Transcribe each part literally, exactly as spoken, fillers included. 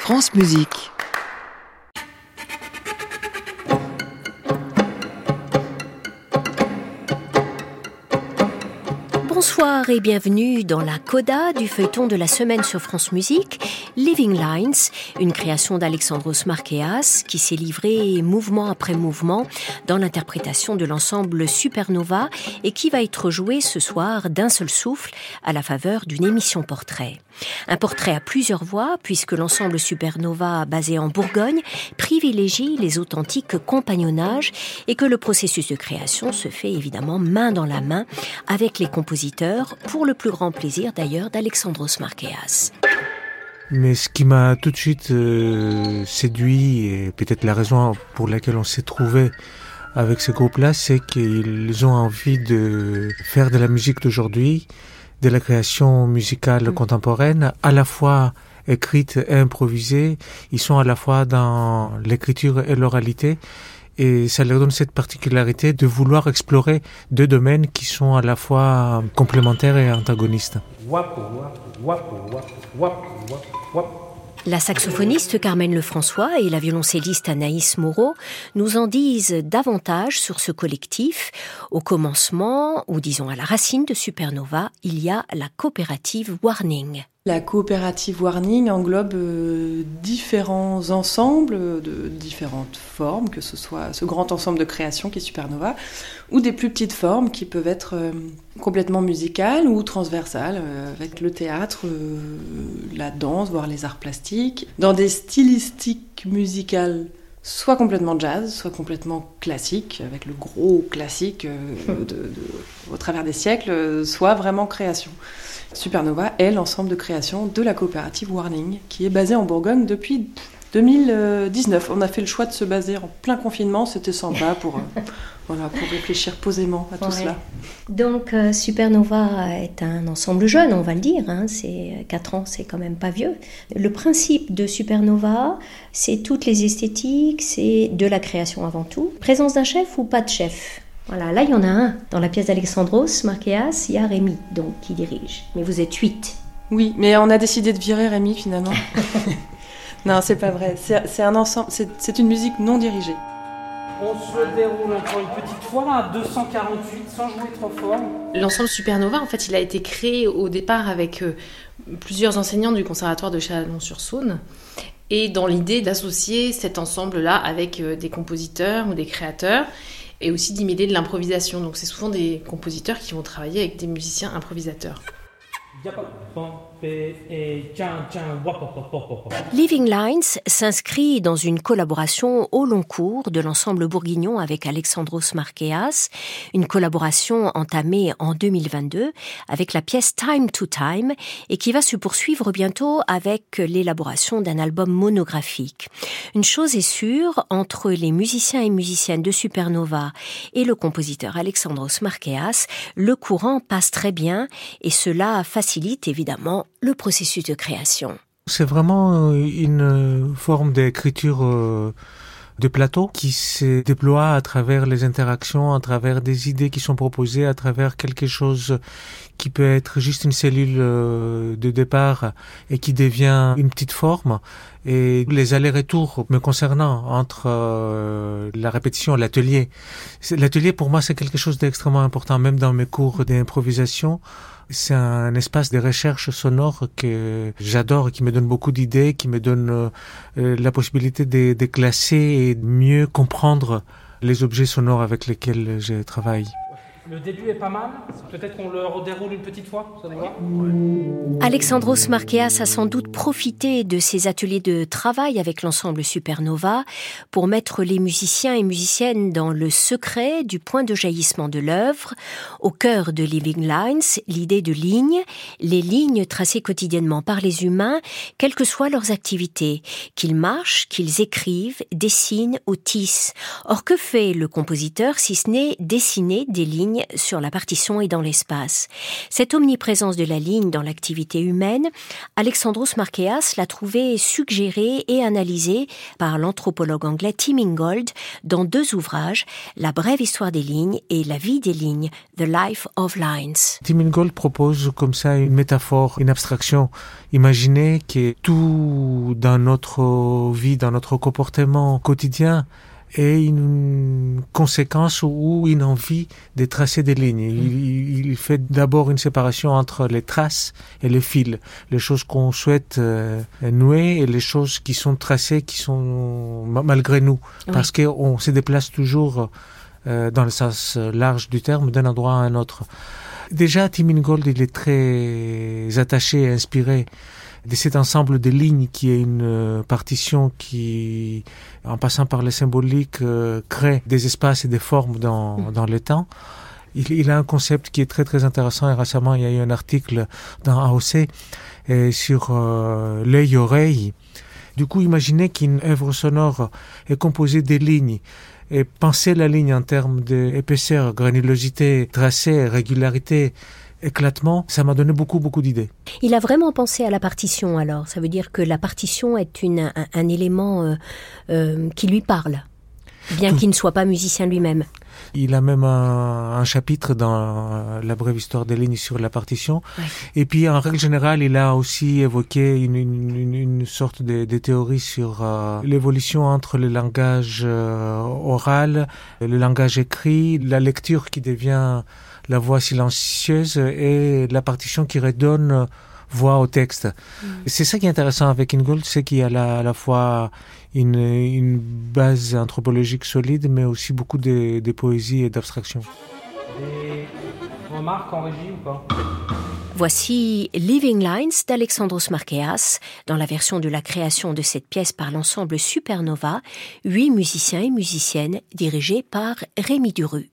France Musique. Bonsoir et bienvenue dans la coda du feuilleton de la semaine sur France Musique, Living Lines, une création d'Alexandros Markeas qui s'est livré mouvement après mouvement dans l'interprétation de l'ensemble Supernova et qui va être joué ce soir d'un seul souffle à la faveur d'une émission portrait. Un portrait à plusieurs voix puisque l'ensemble Supernova basé en Bourgogne privilégie les authentiques compagnonnages et que le processus de création se fait évidemment main dans la main avec les compositeurs, pour le plus grand plaisir d'ailleurs d'Alexandros Markeas. Mais ce qui m'a tout de suite euh, séduit, et peut-être la raison pour laquelle on s'est trouvé avec ce groupe-là, c'est qu'ils ont envie de faire de la musique d'aujourd'hui, de la création musicale contemporaine, à la fois écrite et improvisée. Ils sont à la fois dans l'écriture et l'oralité. Et ça leur donne cette particularité de vouloir explorer deux domaines qui sont à la fois complémentaires et antagonistes. La saxophoniste Carmen Lefrançois et la violoncelliste Anaïs Moreau nous en disent davantage sur ce collectif. Au commencement, ou disons à la racine de Supernova, il y a la coopérative Warning. La coopérative Warning englobe euh, différents ensembles de différentes formes, que ce soit ce grand ensemble de création qui est Supernova, ou des plus petites formes qui peuvent être euh, complètement musicales ou transversales, euh, avec le théâtre, euh, la danse, voire les arts plastiques, dans des stylistiques musicales soit complètement jazz, soit complètement classique, avec le gros classique euh, de, de, au travers des siècles, soit vraiment création. Supernova est l'ensemble de création de la coopérative Warning, qui est basée en Bourgogne depuis deux mille dix-neuf. On a fait le choix de se baser en plein confinement, c'était sympa pour, euh, voilà, pour réfléchir posément à tout ouais. cela. Donc euh, Supernova est un ensemble jeune, on va le dire, hein, c'est quatre ans, c'est quand même pas vieux. Le principe de Supernova, c'est toutes les esthétiques, c'est de la création avant tout. Présence d'un chef ou pas de chef ? Voilà, là il y en a un. Dans la pièce d'Alexandros Markeas, il y a Rémi, donc, qui dirige. Mais vous êtes huit. Oui, mais on a décidé de virer Rémi finalement. Non, c'est pas vrai. C'est, c'est un ensemble, c'est, c'est une musique non dirigée. On se déroule encore une petite fois à deux cent quarante-huit, sans jouer trop fort. L'ensemble Supernova, en fait, il a été créé au départ avec euh, plusieurs enseignants du conservatoire de Chalon-sur-Saône. Et dans l'idée d'associer cet ensemble-là avec euh, des compositeurs ou des créateurs, et aussi d'y mêler de l'improvisation. Donc c'est souvent des compositeurs qui vont travailler avec des musiciens improvisateurs. Living Lines s'inscrit dans une collaboration au long cours de l'ensemble bourguignon avec Alexandros Markeas, une collaboration entamée en deux mille vingt-deux avec la pièce Time to Time et qui va se poursuivre bientôt avec l'élaboration d'un album monographique. Une chose est sûre, entre les musiciens et musiciennes de Supernova et le compositeur Alexandros Markeas, le courant passe très bien et cela facilite évidemment le processus de création. C'est vraiment une forme d'écriture de plateau qui se déploie à travers les interactions, à travers des idées qui sont proposées, à travers quelque chose qui peut être juste une cellule de départ et qui devient une petite forme. Et les allers-retours me concernant entre euh, la répétition et l'atelier. L'atelier, pour moi, c'est quelque chose d'extrêmement important, même dans mes cours d'improvisation. C'est un espace de recherche sonore que j'adore, qui me donne beaucoup d'idées, qui me donne euh, la possibilité de, de classer et de mieux comprendre les objets sonores avec lesquels je travaille. Le début est pas mal, peut-être qu'on le redéroule une petite fois, ça vous va ? Alexandros Markeas a sans doute profité de ses ateliers de travail avec l'ensemble Supernova pour mettre les musiciens et musiciennes dans le secret du point de jaillissement de l'œuvre, au cœur de Living Lines, l'idée de lignes, les lignes tracées quotidiennement par les humains, quelles que soient leurs activités, qu'ils marchent, qu'ils écrivent, dessinent ou tissent. Or, que fait le compositeur si ce n'est dessiner des lignes ligne sur la partition et dans l'espace. Cette omniprésence de la ligne dans l'activité humaine, Alexandros Markeas l'a trouvée suggérée et analysée par l'anthropologue anglais Tim Ingold dans deux ouvrages, La brève histoire des lignes et La vie des lignes, The Life of Lines. Tim Ingold propose comme ça une métaphore, une abstraction. Imaginez que tout dans notre vie, dans notre comportement quotidien, est une conséquence ou une envie de tracer des lignes. Il, il fait d'abord une séparation entre les traces et les fils, les choses qu'on souhaite euh, nouer et les choses qui sont tracées, qui sont malgré nous, oui. Parce qu'on se déplace toujours euh, dans le sens large du terme d'un endroit à un autre. Déjà, Tim Ingold, il est très attaché et inspiré de cet ensemble de lignes qui est une partition qui, en passant par les symboliques, euh, crée des espaces et des formes dans, mmh. dans le temps. Il, il a un concept qui est très très intéressant et récemment il y a eu un article dans A O C euh, sur euh, l'œil-oreille. Du coup, imaginez qu'une œuvre sonore est composée des lignes. Et penser la ligne en termes d'épaisseur, granulosité, tracé, régularité, éclatement, ça m'a donné beaucoup, beaucoup d'idées. Il a vraiment pensé à la partition alors. Ça veut dire que la partition est une, un, un élément euh, euh, qui lui parle, bien Tout. qu'il ne soit pas musicien lui-même. Il a même un, un chapitre dans La brève histoire des lignes sur la partition. Ouais. Et puis, en règle générale, il a aussi évoqué une, une, une, une sorte de, de théorie sur euh, l'évolution entre le langage euh, oral, le langage écrit, la lecture qui devient la voix silencieuse et la partition qui redonne voix au texte. Mmh. C'est ça qui est intéressant avec Ingold, c'est qu'il y a la, à la fois une, une base anthropologique solide, mais aussi beaucoup de, de poésie et d'abstraction. Des remarques en régie ou pas ? Voici Living Lines d'Alexandros Markeas, dans la version de la création de cette pièce par l'ensemble Supernova, huit musiciens et musiciennes dirigés par Rémi Duru.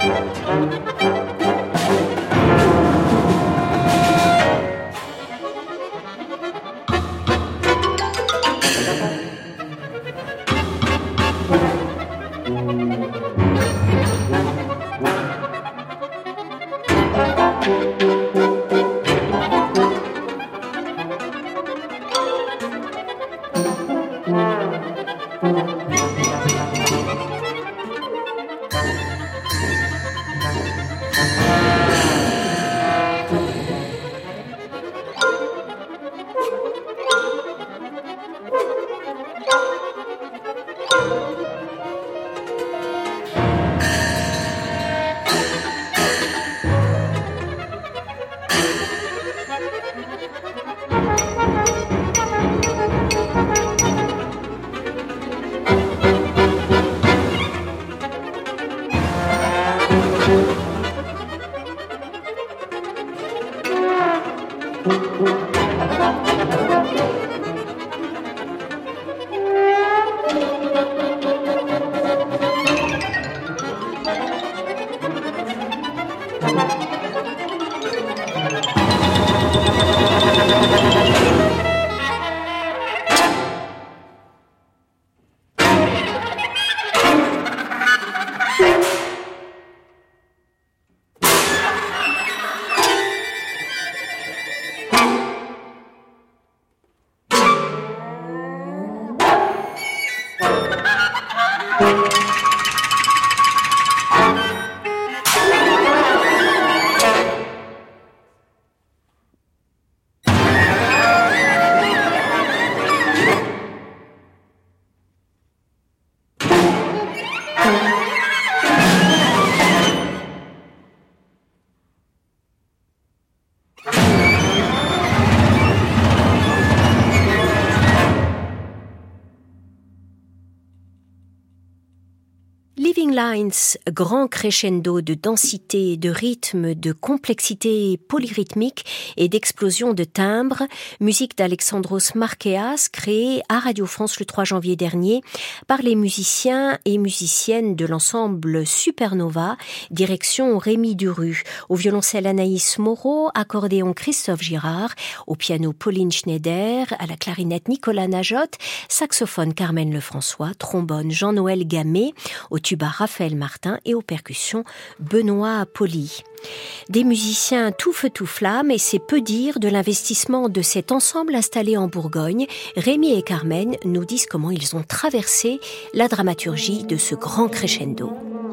Living Lines, grand crescendo de densité, de rythme, de complexité polyrythmique et d'explosion de timbres, musique d'Alexandros Markeas, créée à Radio France le trois janvier dernier par les musiciens et musiciennes de l'ensemble Supernova, direction Rémi Duru, au violoncelle Anaïs Moreau, accordéon Christophe Girard, au piano Pauline Schneider, à la clarinette Nicolas Najotte, saxophone Carmen Lefrançois, trombone Jean-Noël Gamet, au tuba Raphaël Martin et aux percussions Benoît Poli. Des musiciens tout feu tout flamme, et c'est peu dire de l'investissement de cet ensemble installé en Bourgogne. Rémi et Carmen nous disent comment ils ont traversé la dramaturgie de ce grand crescendo.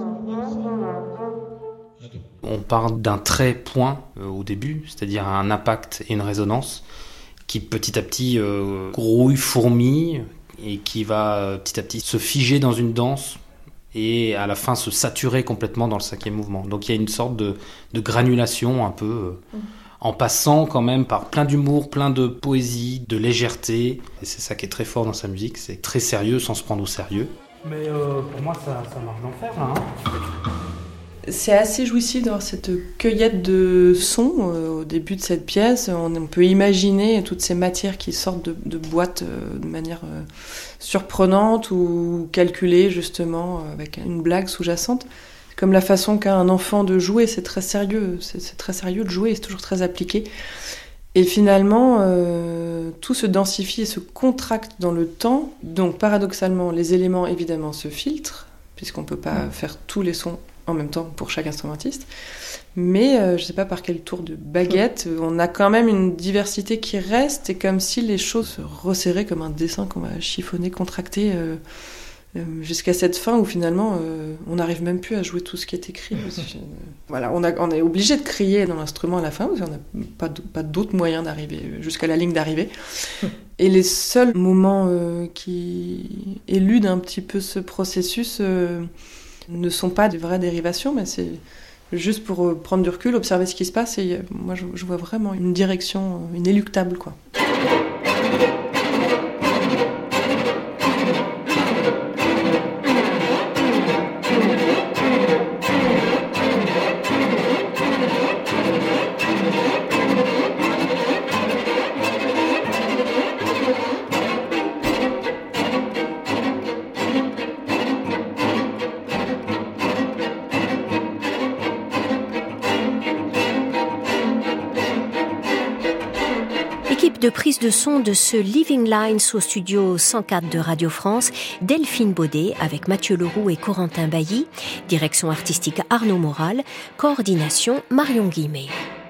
On part d'un trait point euh, au début, c'est-à-dire un impact et une résonance qui petit à petit euh, grouille, fourmille, et qui va euh, petit à petit se figer dans une danse et à la fin se saturer complètement dans le cinquième mouvement. Donc il y a une sorte de, de granulation un peu, euh, mmh. en passant quand même par plein d'humour, plein de poésie, de légèreté. Et c'est ça qui est très fort dans sa musique, c'est très sérieux sans se prendre au sérieux. Mais euh, pour moi ça, ça marche d'enfer là. Hein. C'est assez jouissif d'avoir cette cueillette de sons euh, au début de cette pièce. On, on peut imaginer toutes ces matières qui sortent de, de boîtes euh, de manière euh, surprenante ou calculée justement euh, avec une blague sous-jacente. Comme la façon qu'a un enfant de jouer, c'est très sérieux, c'est, c'est très sérieux de jouer, c'est toujours très appliqué. Et finalement, euh, tout se densifie et se contracte dans le temps. Donc paradoxalement, les éléments évidemment se filtrent, puisqu'on ne peut pas faire tous les sons en même temps pour chaque instrumentiste. Mais euh, je ne sais pas par quel tour de baguette, on a quand même une diversité qui reste, et comme si les choses se resserraient comme un dessin qu'on va chiffonner, contracter euh, euh, jusqu'à cette fin où finalement euh, on n'arrive même plus à jouer tout ce qui est écrit. Parce que, euh, voilà, on, a, on est obligé de crier dans l'instrument à la fin parce qu'on n'a pas, pas d'autre moyen d'arriver jusqu'à la ligne d'arrivée. Et les seuls moments euh, qui éludent un petit peu ce processus euh, ne sont pas des vraies dérivations, mais c'est juste pour prendre du recul, observer ce qui se passe. Et moi, je, je vois vraiment une direction inéluctable, quoi. L'équipe de prise de son de ce Living Lines au studio cent quatre de Radio France, Delphine Baudet avec Mathieu Leroux et Corentin Bailly, direction artistique Arnaud Moral, coordination Marion Guillemet.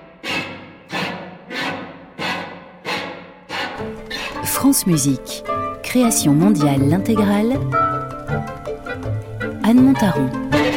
France Musique, création mondiale l'intégrale, Anne Montaron.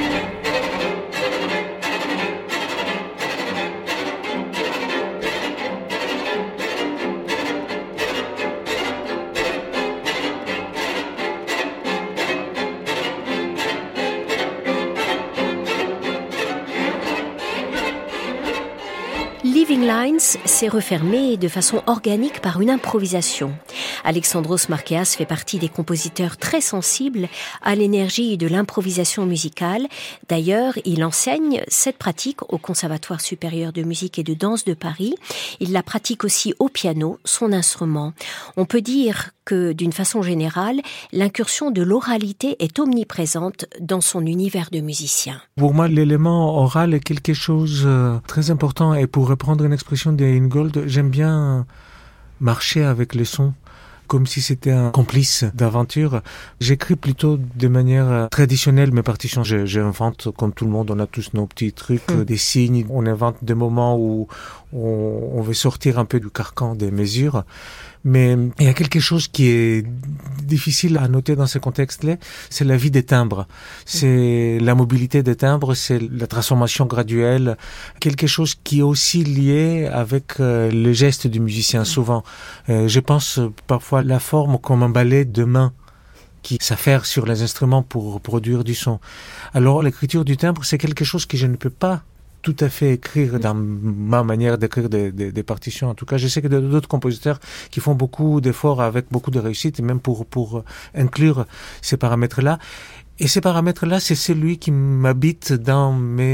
Living Lines s'est refermé de façon organique par une improvisation. Alexandros Markeas fait partie des compositeurs très sensibles à l'énergie de l'improvisation musicale. D'ailleurs, il enseigne cette pratique au Conservatoire supérieur de musique et de danse de Paris. Il la pratique aussi au piano, son instrument. On peut dire que, d'une façon générale, l'incursion de l'oralité est omniprésente dans son univers de musicien. Pour moi, l'élément oral est quelque chose de très important. Et pour reprendre une expression d'Ingold, j'aime bien marcher avec les sons, comme si c'était un complice d'aventure. J'écris plutôt de manière traditionnelle mes partitions. Je, j'invente, comme tout le monde, on a tous nos petits trucs, mmh. des signes. On invente des moments où on, on veut sortir un peu du carcan des mesures. Mais il y a quelque chose qui est difficile à noter dans ce contexte-là, c'est la vie des timbres. C'est la mobilité des timbres, c'est la transformation graduelle, quelque chose qui est aussi lié avec euh, le geste du musicien, souvent. Euh, je pense parfois à la forme comme un ballet de main qui s'affaire sur les instruments pour produire du son. Alors l'écriture du timbre, c'est quelque chose que je ne peux pas tout à fait écrire dans ma manière d'écrire des, des, des partitions. En tout cas, je sais que d'autres compositeurs qui font beaucoup d'efforts avec beaucoup de réussite, et même pour, pour inclure ces paramètres-là. Et ces paramètres-là, c'est celui qui m'habite dans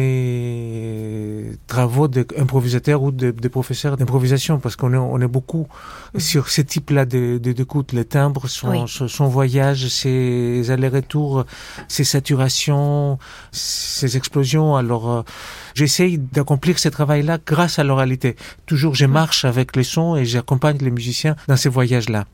mes travaux d'improvisateur ou de, de professeur d'improvisation, parce qu'on est, on est beaucoup mmh. sur ce type-là de, de, d'écoute. Les timbres, son, oui. son voyage, ses allers-retours, ses saturations, ses explosions. Alors, euh, j'essaye d'accomplir ce travail-là grâce à l'oralité. Toujours, je marche avec les sons et j'accompagne les musiciens dans ces voyages-là.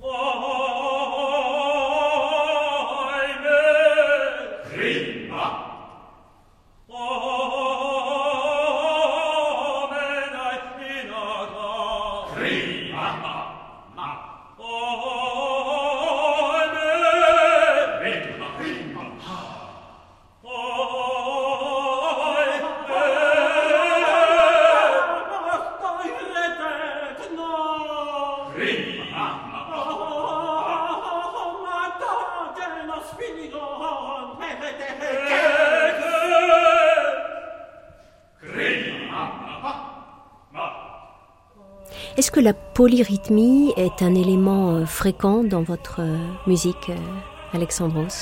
Est-ce que la polyrythmie est un élément fréquent dans votre musique, Alexandros ?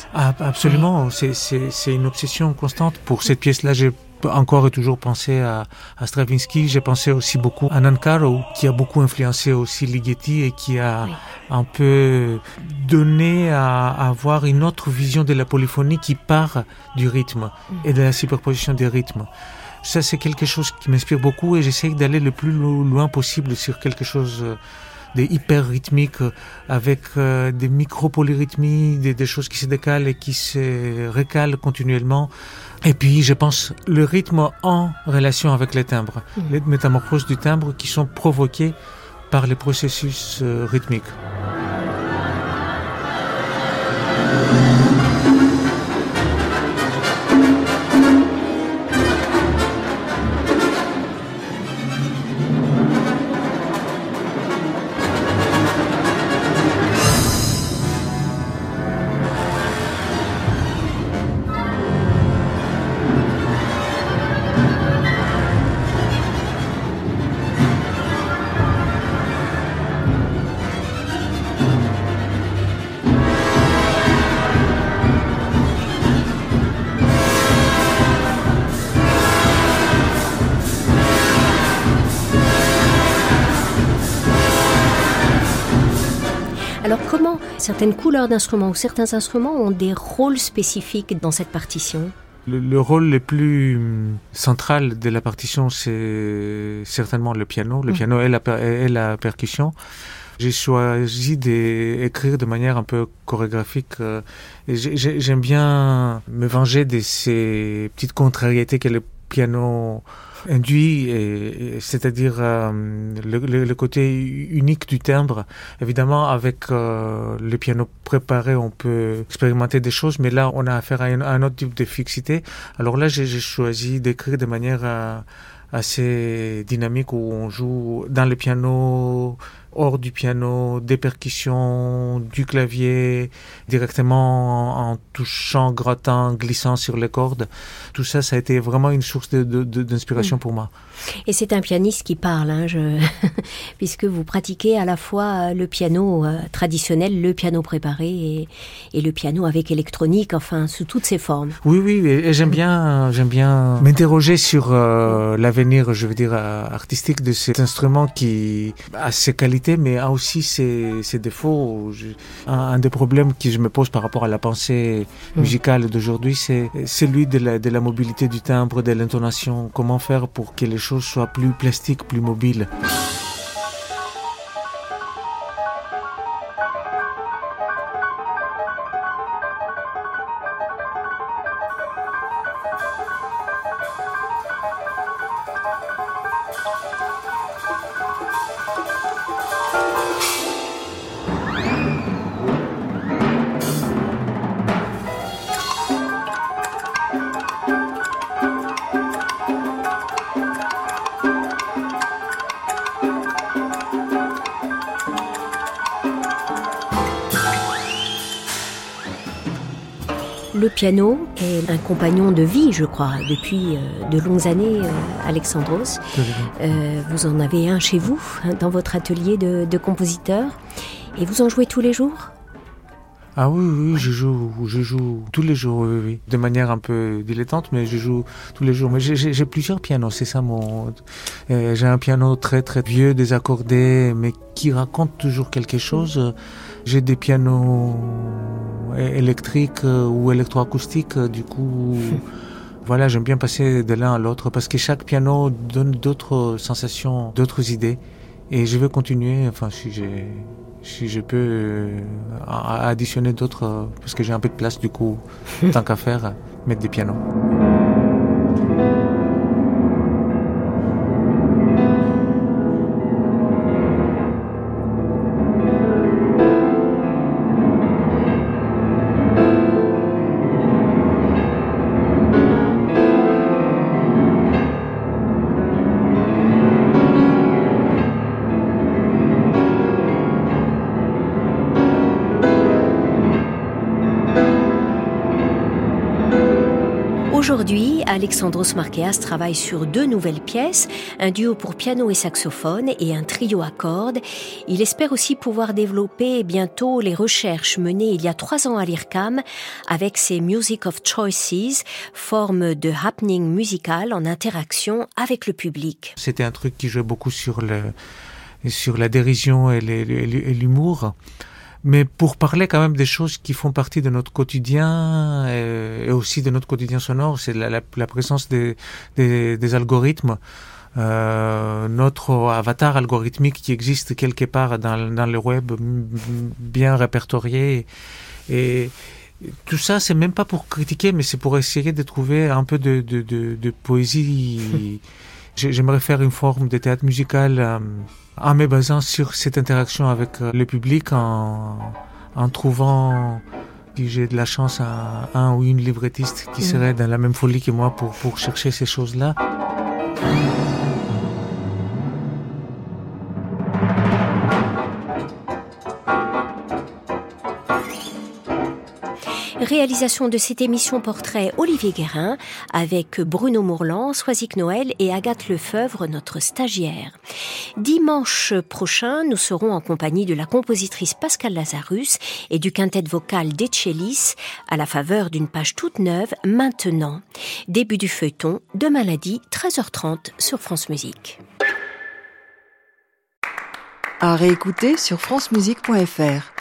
Ah, absolument, oui. c'est, c'est, c'est une obsession constante. Pour cette pièce-là, j'ai encore et toujours pensé à, à Stravinsky. J'ai pensé aussi beaucoup à Nancarrow, qui a beaucoup influencé aussi Ligeti et qui a oui. un peu donné à, à avoir une autre vision de la polyphonie qui part du rythme mmh. et de la superposition des rythmes. Ça, c'est quelque chose qui m'inspire beaucoup et j'essaye d'aller le plus loin possible sur quelque chose de hyper rythmique avec euh, des micro-polyrythmies, des, des choses qui se décalent et qui se recalent continuellement. Et puis, je pense, le rythme en relation avec les timbres, mmh. les métamorphoses du timbre qui sont provoquées par les processus euh, rythmiques. Alors comment certaines couleurs d'instruments ou certains instruments ont des rôles spécifiques dans cette partition ? Le, le rôle le plus central de la partition, c'est certainement le piano. Le mmh. piano et la, et la percussion. J'ai choisi d'écrire de manière un peu chorégraphique. Euh, et j'ai, j'aime bien me venger de ces petites contrariétés que le piano induit, et, et, c'est-à-dire euh, le, le, le côté unique du timbre. Évidemment, avec euh, le piano préparé, on peut expérimenter des choses, mais là, on a affaire à un, à un autre type de fixité. Alors là, j'ai, j'ai choisi d'écrire de manière euh, assez dynamique, où on joue dans le piano, hors du piano, des percussions, du clavier, directement en, en touchant, grattant, glissant sur les cordes. Tout ça, ça a été vraiment une source de, de, de, d'inspiration mmh. pour moi. Et c'est un pianiste qui parle, hein, je... puisque vous pratiquez à la fois le piano euh, traditionnel, le piano préparé et, et le piano avec électronique, enfin, sous toutes ses formes. Oui, oui, et j'aime bien, j'aime bien m'interroger sur euh, l'avenir, je veux dire, artistique de cet instrument qui a ses qualités, mais a aussi ses, ses défauts. Un, un des problèmes que je me pose par rapport à la pensée musicale d'aujourd'hui, c'est celui de la, de la mobilité du timbre, de l'intonation. Comment faire pour que les choses soient plus plastiques, plus mobiles. Le piano est un compagnon de vie, je crois, depuis euh, de longues années, euh, Alexandros. Euh, vous en avez un chez vous, dans votre atelier de, de compositeur, et vous en jouez tous les jours ? Ah oui, oui, je joue, je joue tous les jours, oui, oui, de manière un peu dilettante, mais je joue tous les jours. Mais j'ai, j'ai, j'ai plusieurs pianos, c'est ça mon. Euh, j'ai un piano très très vieux, désaccordé, mais qui raconte toujours quelque chose. J'ai des pianos électriques ou électroacoustiques, du coup. Voilà, j'aime bien passer de l'un à l'autre parce que chaque piano donne d'autres sensations, d'autres idées. Et je vais continuer, enfin, si j'ai. Si je peux euh, additionner d'autres, euh, parce que j'ai un peu de place du coup, tant qu'à faire, mettre des pianos. Aujourd'hui, Alexandros Markeas travaille sur deux nouvelles pièces, un duo pour piano et saxophone et un trio à cordes. Il espère aussi pouvoir développer bientôt les recherches menées il y a trois ans à l'I R C A M avec ses Music of Choices, forme de happening musical en interaction avec le public. C'était un truc qui jouait beaucoup sur, le, sur la dérision et, les, et l'humour. Mais pour parler quand même des choses qui font partie de notre quotidien et, et aussi de notre quotidien sonore, c'est la, la, la présence des, des, des algorithmes, euh, notre avatar algorithmique qui existe quelque part dans, dans le web, bien répertorié. Et tout ça, c'est même pas pour critiquer, mais c'est pour essayer de trouver un peu de, de, de, de poésie. J'aimerais faire une forme de théâtre musical euh, en me basant sur cette interaction avec le public, en, en trouvant, si j'ai de la chance, un, un ou une librettiste qui serait dans la même folie que moi pour, pour chercher ces choses-là. Réalisation de cette émission portrait Olivier Guérin avec Bruno Mourlan, Soisic Noël et Agathe Lefeuvre, notre stagiaire. Dimanche prochain, nous serons en compagnie de la compositrice Pascal Lazarus et du quintet vocal d'Etchelis à la faveur d'une page toute neuve maintenant. Début du feuilleton, demain lundi, treize heures trente sur France Musique. À réécouter sur francemusique point f r.